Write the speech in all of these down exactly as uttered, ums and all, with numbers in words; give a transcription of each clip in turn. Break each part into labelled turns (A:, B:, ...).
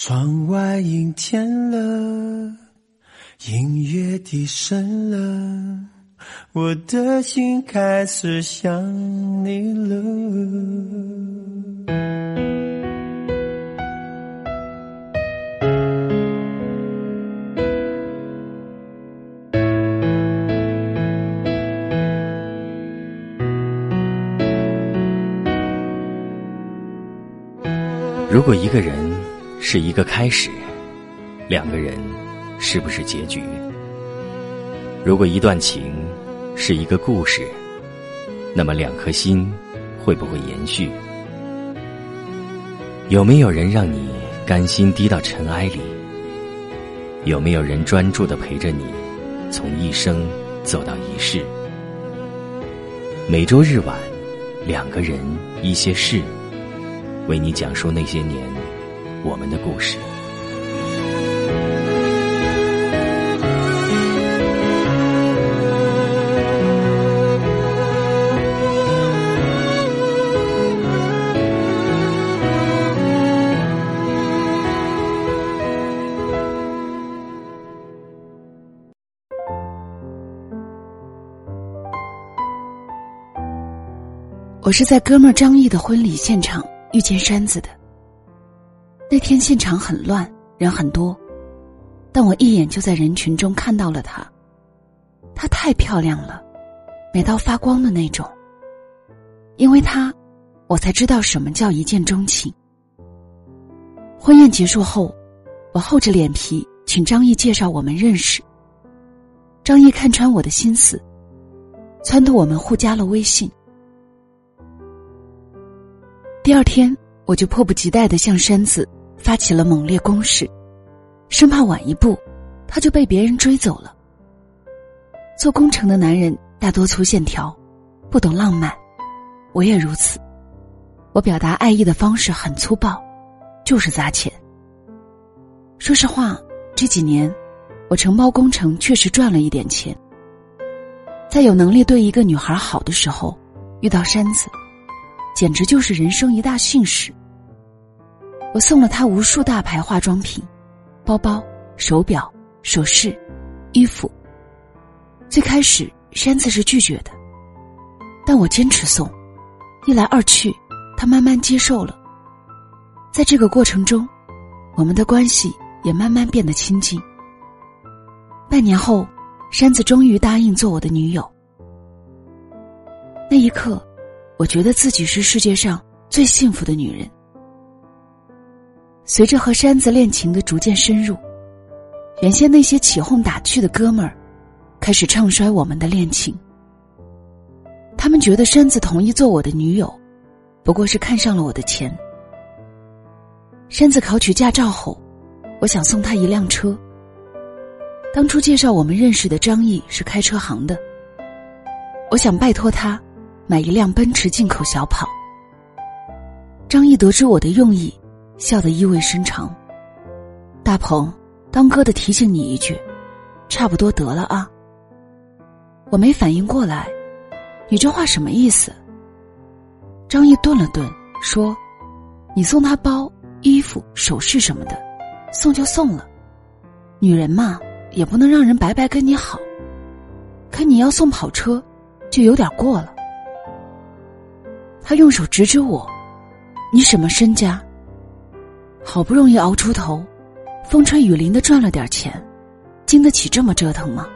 A: 窗外阴天了，音乐低声了，我的心开始想你了。
B: 如果一个人是一个开始，两个人是不是结局？如果一段情是一个故事，那么两颗心会不会延续？有没有人让你甘心低到尘埃里？有没有人专注地陪着你，从一生走到一世？每周日晚，两个人一些事，为你讲述那些年我们的故事。
C: 我是在哥们儿张毅的婚礼现场遇见山子的。那天现场很乱，人很多，但我一眼就在人群中看到了她。她太漂亮了，美到发光的那种。因为她，我才知道什么叫一见钟情。婚宴结束后，我厚着脸皮请张毅介绍我们认识。张毅看穿我的心思，撺掇我们互加了微信。第二天，我就迫不及待地向山子发起了猛烈攻势，生怕晚一步他就被别人追走了。做工程的男人大多粗线条，不懂浪漫，我也如此。我表达爱意的方式很粗暴，就是砸钱。说实话，这几年我承包工程确实赚了一点钱。在有能力对一个女孩好的时候，遇到山子简直就是人生一大幸事。我送了她无数大牌化妆品、包包、手表、首饰、衣服。最开始山子是拒绝的，但我坚持送，一来二去她慢慢接受了。在这个过程中，我们的关系也慢慢变得亲近。半年后，山子终于答应做我的女友。那一刻，我觉得自己是世界上最幸福的女人。随着和山子恋情的逐渐深入，原先那些起哄打趣的哥们儿开始唱衰我们的恋情。他们觉得山子同意做我的女友，不过是看上了我的钱。山子考取驾照后，我想送他一辆车。当初介绍我们认识的张毅是开车行的，我想拜托他买一辆奔驰进口小跑。张毅得知我的用意，笑得意味深长。大鹏，当哥的提醒你一句，差不多得了啊。我没反应过来，你这话什么意思？张毅顿了顿，说，你送他包、衣服、首饰什么的，送就送了。女人嘛，也不能让人白白跟你好。可你要送跑车，就有点过了。他用手指指我，你什么身家？好不容易熬出头，风吹雨淋的赚了点钱，经得起这么折腾吗？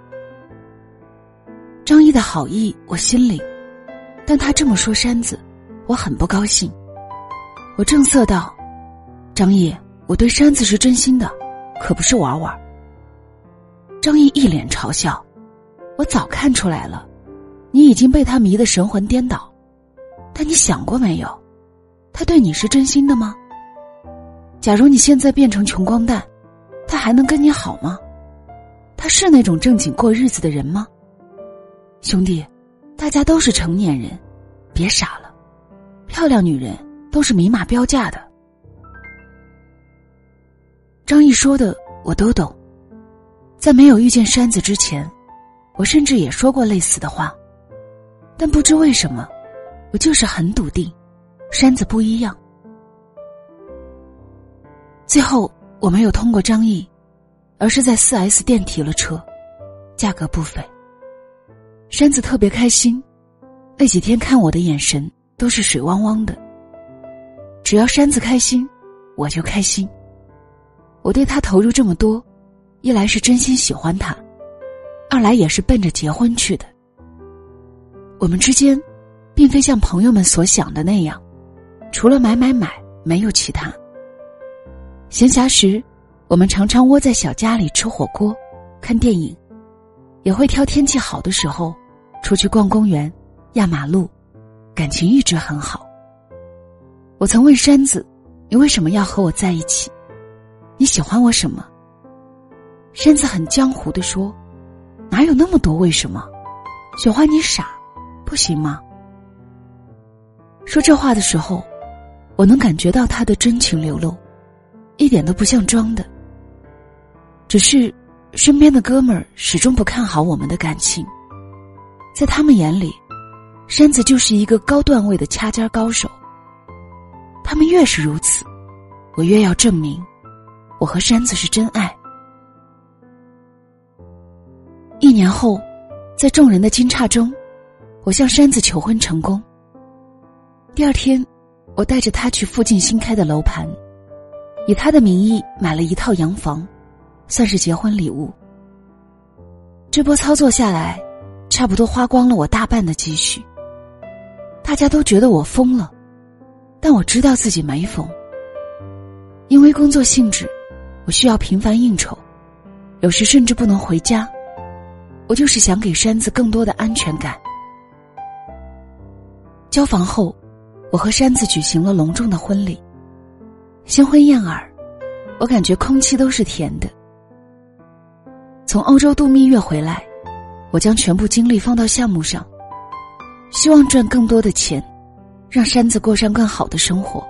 C: 张毅的好意我心领，但他这么说山子，我很不高兴。我正色道，张毅，我对山子是真心的，可不是玩玩。张毅一脸嘲笑，我早看出来了，你已经被他迷得神魂颠倒。但你想过没有，他对你是真心的吗？假如你现在变成穷光蛋，他还能跟你好吗？他是那种正经过日子的人吗？兄弟，大家都是成年人，别傻了，漂亮女人都是明码标价的。张毅说的我都懂，在没有遇见山子之前，我甚至也说过类似的话，但不知为什么，我就是很笃定，山子不一样。 最后我没有通过张毅，而是在 四 S 店提了车，价格不菲。山子特别开心，那几天看我的眼神都是水汪汪的。只要山子开心，我就开心。我对他投入这么多，一来是真心喜欢他，二来也是奔着结婚去的。我们之间并非像朋友们所想的那样，除了买买买没有其他。闲暇时我们常常窝在小家里吃火锅看电影，也会挑天气好的时候出去逛公园压马路，感情一直很好。我曾问山子，你为什么要和我在一起？你喜欢我什么？山子很江湖地说，哪有那么多为什么，喜欢你傻不行吗？说这话的时候，我能感觉到他的真情流露，一点都不像装的。只是身边的哥们儿始终不看好我们的感情，在他们眼里，山子就是一个高段位的掐尖高手。他们越是如此，我越要证明我和山子是真爱。一年后，在众人的惊诧中，我向山子求婚成功。第二天，我带着他去附近新开的楼盘，以他的名义买了一套洋房，算是结婚礼物。这波操作下来，差不多花光了我大半的积蓄。大家都觉得我疯了，但我知道自己没疯。因为工作性质，我需要频繁应酬，有时甚至不能回家。我就是想给山子更多的安全感。交房后，我和山子举行了隆重的婚礼。新婚燕尔，我感觉空气都是甜的。从欧洲度蜜月回来，我将全部精力放到项目上，希望赚更多的钱，让山子过上更好的生活。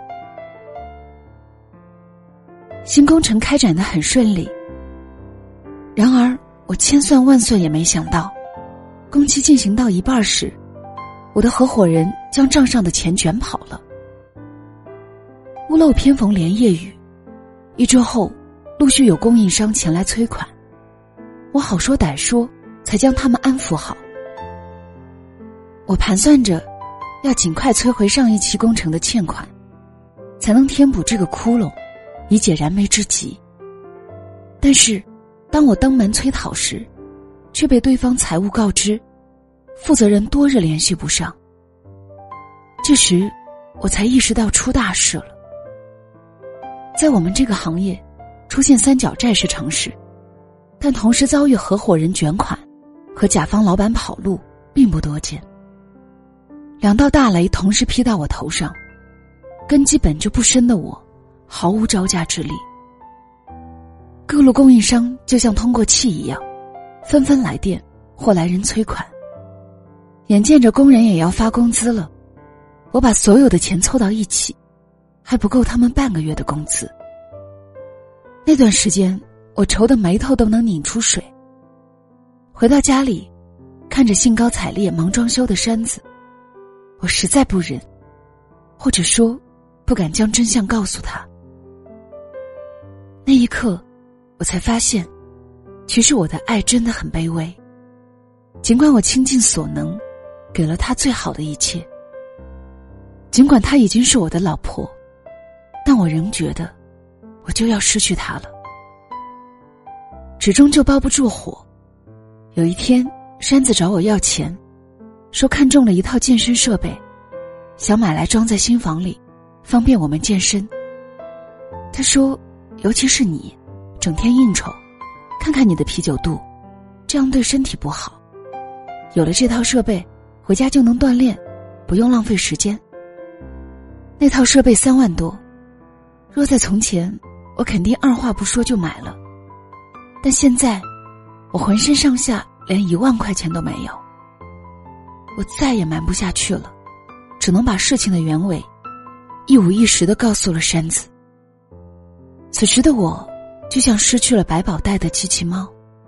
C: 新工程开展得很顺利，然而我千算万算也没想到，工期进行到一半时，我的合伙人将账上的钱卷跑了。屋漏偏逢连夜雨，一周后陆续有供应商前来催款，我好说歹说才将他们安抚好。我盘算着要尽快催回上一期工程的欠款，才能填补这个窟窿，以解燃眉之急。但是当我登门催讨时，却被对方财务告知负责人多日联系不上。这时我才意识到出大事了。在我们这个行业，出现三角债是常事，但同时遭遇合伙人卷款和甲方老板跑路并不多见。两道大雷同时劈到我头上，根基本就不深的我毫无招架之力。各路供应商就像通过气一样，纷纷来电或来人催款。眼见着工人也要发工资了，我把所有的钱凑到一起，还不够他们半个月的工资。那段时间我愁得眉头都能拧出水。回到家里，看着兴高采烈忙装修的山子，我实在不忍，或者说不敢将真相告诉他。那一刻我才发现，其实我的爱真的很卑微。尽管我倾尽所能给了他最好的一切，尽管她已经是我的老婆，但我仍觉得我就要失去她了。纸终究包不住火。有一天山子找我要钱，说看中了一套健身设备，想买来装在新房里，方便我们健身。他说尤其是你整天应酬，看看你的啤酒肚，这样对身体不好。有了这套设备，回家就能锻炼，不用浪费时间。那套设备三万多，若在从前，我肯定二话不说就买了。但现在，我浑身上下连一万块钱都没有。我再也瞒不下去了，只能把事情的原委一五一十地告诉了山子。此时的我就像失去了百宝袋的机器猫。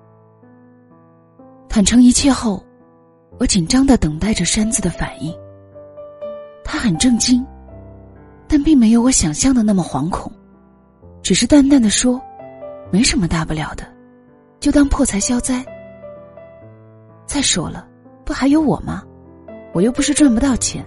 C: 坦诚一切后，我紧张地等待着山子的反应。他很震惊，但并没有我想象的那么惶恐。 只是淡淡的说，没什么大不了的，就当破财消灾。再说了，不还有我吗？我又不是赚不到钱。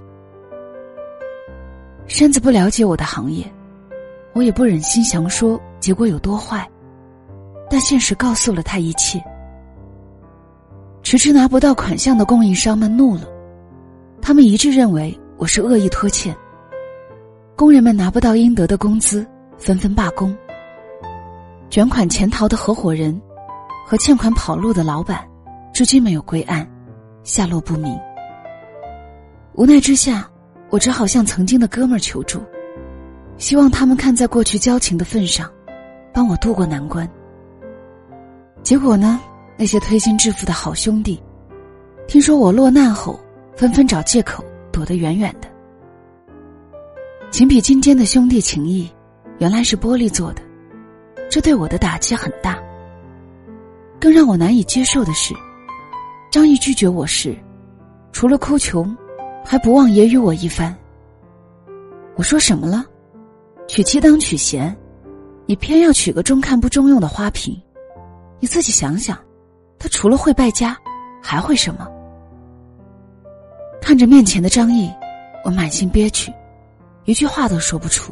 C: 山子不了解我的行业，我也不忍心详说结果有多坏，但现实告诉了他一切。迟迟拿不到款项的供应商们怒了，他们一致认为我是恶意拖欠。工人们拿不到应得的工资，纷纷罢工。卷款潜逃的合伙人和欠款跑路的老板至今没有归案，下落不明。无奈之下，我只好向曾经的哥们儿求助，希望他们看在过去交情的份上，帮我渡过难关。结果呢，那些推心置腹的好兄弟，听说我落难后，纷纷找借口躲得远远的。情比金坚的兄弟情谊，原来是玻璃做的，这对我的打击很大。更让我难以接受的是，张毅拒绝我时，除了哭穷，还不忘揶揄我一番。我说什么了？娶妻当娶贤，你偏要娶个中看不中用的花瓶，你自己想想，他除了会败家，还会什么？看着面前的张毅，我满心憋屈，一句话都说不出。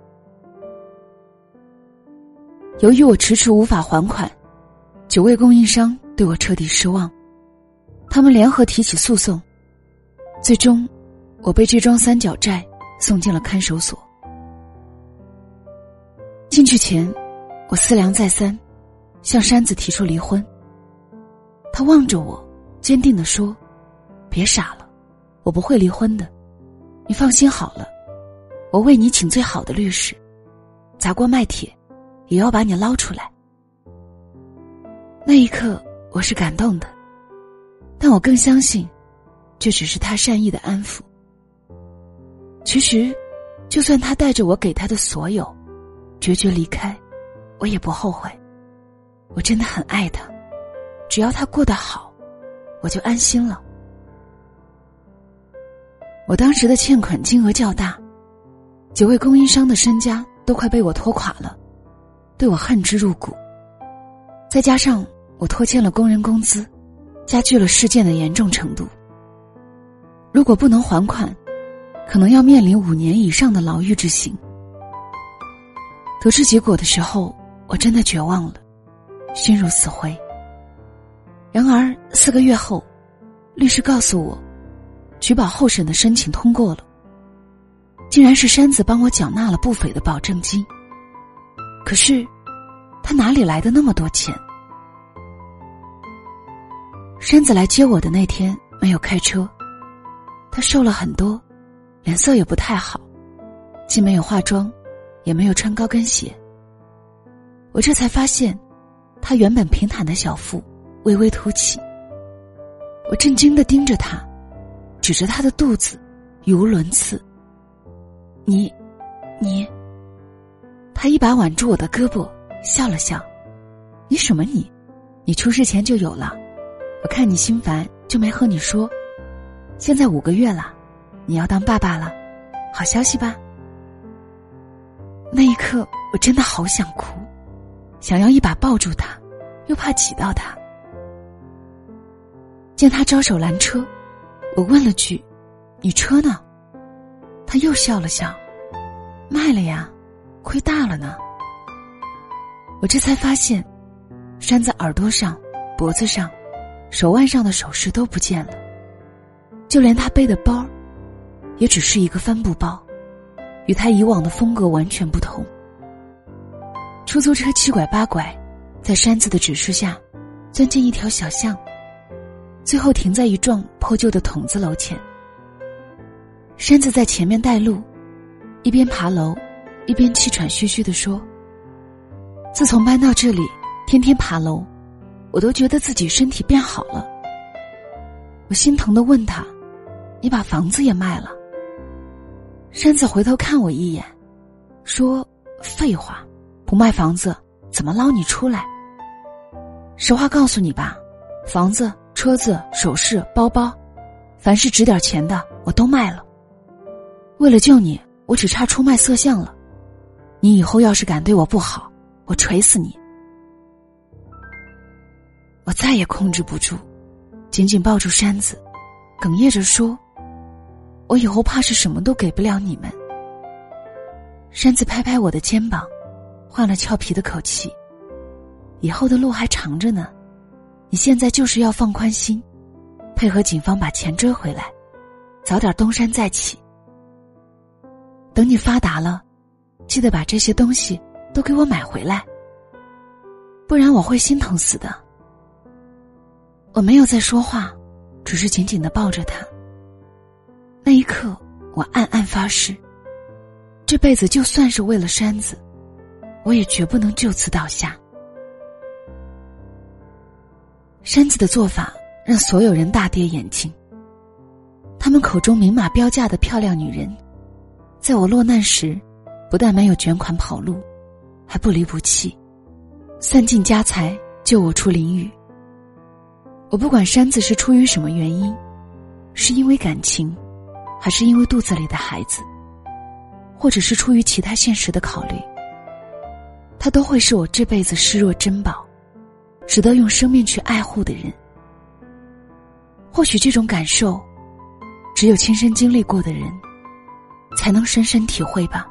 C: 由于我迟迟无法还款，九位供应商对我彻底失望，他们联合提起诉讼，最终我被这桩三角债送进了看守所。进去前，我思量再三，向山子提出离婚。他望着我，坚定地说，别傻了，我不会离婚的，你放心好了，我为你请最好的律师，砸锅卖铁也要把你捞出来。那一刻我是感动的，但我更相信这只是他善意的安抚。其实就算他带着我给他的所有决绝离开，我也不后悔。我真的很爱他，只要他过得好，我就安心了。我当时的欠款金额较大，几位供应商的身家都快被我拖垮了，对我恨之入骨。再加上我拖欠了工人工资，加剧了事件的严重程度。如果不能还款，可能要面临五年以上的牢狱之刑。得知结果的时候，我真的绝望了，心如死灰。然而四个月后，律师告诉我，取保候审的申请通过了，竟然是山子帮我缴纳了不菲的保证金。可是他哪里来的那么多钱？山子来接我的那天没有开车，他瘦了很多，脸色也不太好，既没有化妆，也没有穿高跟鞋。我这才发现，他原本平坦的小腹微微凸起。我震惊地盯着他，指着他的肚子，语无伦次。你，你……他一把挽住我的胳膊，笑了笑。你什么你？你出事前就有了，我看你心烦，就没和你说。现在五个月了，你要当爸爸了，好消息吧？那一刻我真的好想哭，想要一把抱住他，又怕挤到他。见他招手拦车，我问了句，你车呢？他又笑了笑，卖了呀，亏大了呢。我这才发现，山子耳朵上、脖子上、手腕上的首饰都不见了，就连他背的包也只是一个帆布包，与他以往的风格完全不同。出租车七拐八拐，在山子的指示下钻进一条小巷，最后停在一幢破旧的筒子楼前。山子在前面带路，一边爬楼一边气喘吁吁地说，自从搬到这里，天天爬楼，我都觉得自己身体变好了。我心疼地问他，你把房子也卖了？山子回头看我一眼，说，废话，不卖房子怎么捞你出来？实话告诉你吧，房子、车子、首饰、包包，凡是值点钱的我都卖了。为了救你，我只差出卖色相了。 你以后要是敢对我不好，我锤死你。我再也控制不住，紧紧抱住山子，哽咽着说，我以后怕是什么都给不了你们。山子拍拍我的肩膀，换了俏皮的口气，以后的路还长着呢，你现在就是要放宽心，配合警方把钱追回来，早点东山再起。等你发达了，记得把这些东西都给我买回来，不然我会心疼死的。我没有再说话，只是紧紧地抱着他。那一刻，我暗暗发誓，这辈子就算是为了山子，我也绝不能就此倒下。山子的做法让所有人大跌眼镜，他们口中明码标价的漂亮女人，在我落难时，不但没有卷款跑路，还不离不弃，散尽家财救我出囹圄。我不管山子是出于什么原因，是因为感情，还是因为肚子里的孩子，或者是出于其他现实的考虑，他都会是我这辈子视若珍宝，值得用生命去爱护的人。或许这种感受，只有亲身经历过的人，才能深深体会吧。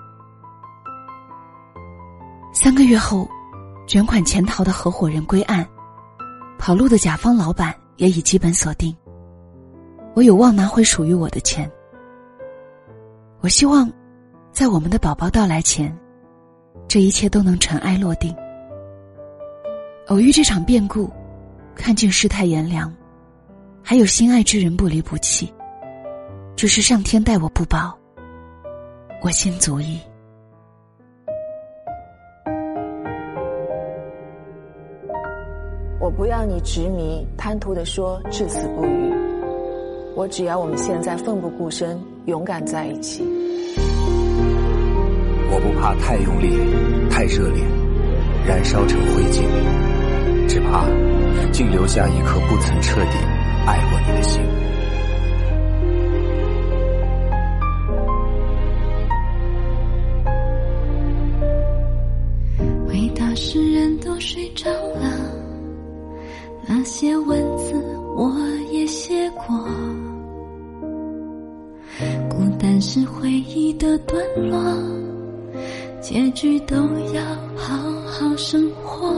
C: 三个月后，卷款潜逃的合伙人归案，跑路的甲方老板也已基本锁定，我有望拿回属于我的钱。我希望在我们的宝宝到来前，这一切都能尘埃落定。偶遇这场变故，看尽世态炎凉，还有心爱之人不离不弃，只是上天待我不薄，我心足矣。
D: 我不要你执迷贪图地说至死不渝，我只要我们现在奋不顾身勇敢在一起。
E: 我不怕太用力太热烈燃烧成灰烬，只怕竟留下一颗不曾彻底爱过你的心。
F: 伟大诗人都睡着了，那些文字我也写过，孤单是回忆的段落，结局都要好好生活。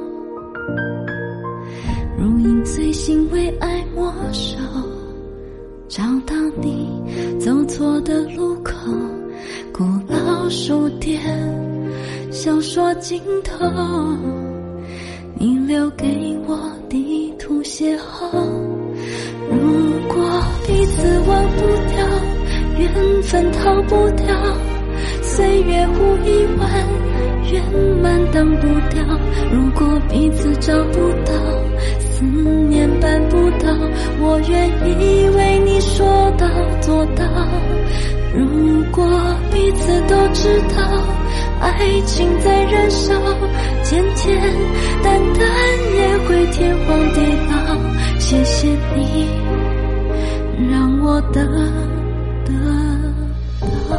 F: 如影随形为爱默守，找到你走错的路口，古老书店小说尽头，你留给我地图邂逅。如果彼此忘不掉，缘分逃不掉，岁月忽一晚，圆满挡不掉。如果彼此找不到，思念办不到，我愿意为你说到做到。如果彼此都知道，爱情在燃烧，简简单单也会天荒地老。谢谢你让我得得到。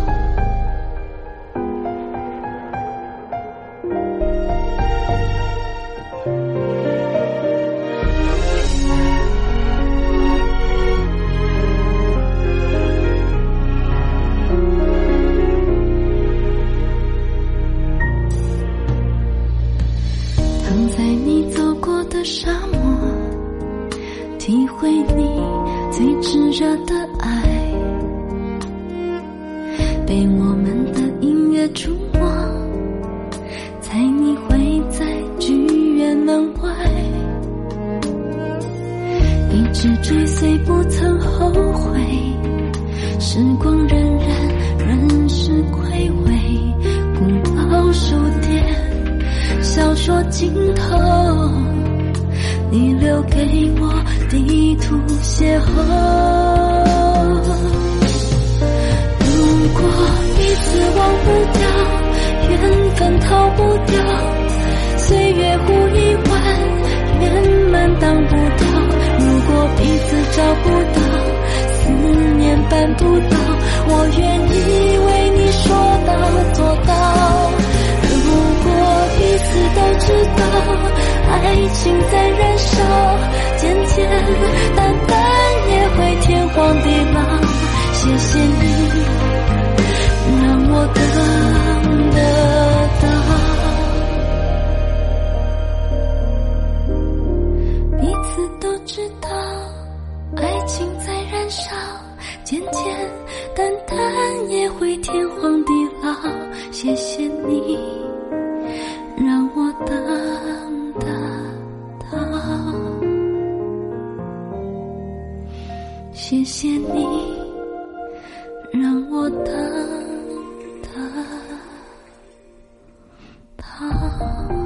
F: 躺在你走过的沙漠，体会你最炙热的爱，被我们的音乐触摸，猜你会在剧院门外，一直追随不曾后悔，时光荏苒，人世暌违，古老书店小说尽头，你留给我地图邂逅。如果彼此忘不掉，缘分逃不掉，岁月忽一晚，圆满挡不掉。如果彼此找不到，思思念办不到，我愿意为你说到做到。如果彼此都知道，爱情在燃烧，渐渐淡淡也会天荒地老。谢谢你让我等得到，彼此都知道爱情在燃烧，渐渐淡淡也会天荒地老。谢谢你让我等得到，谢谢你让我等得到。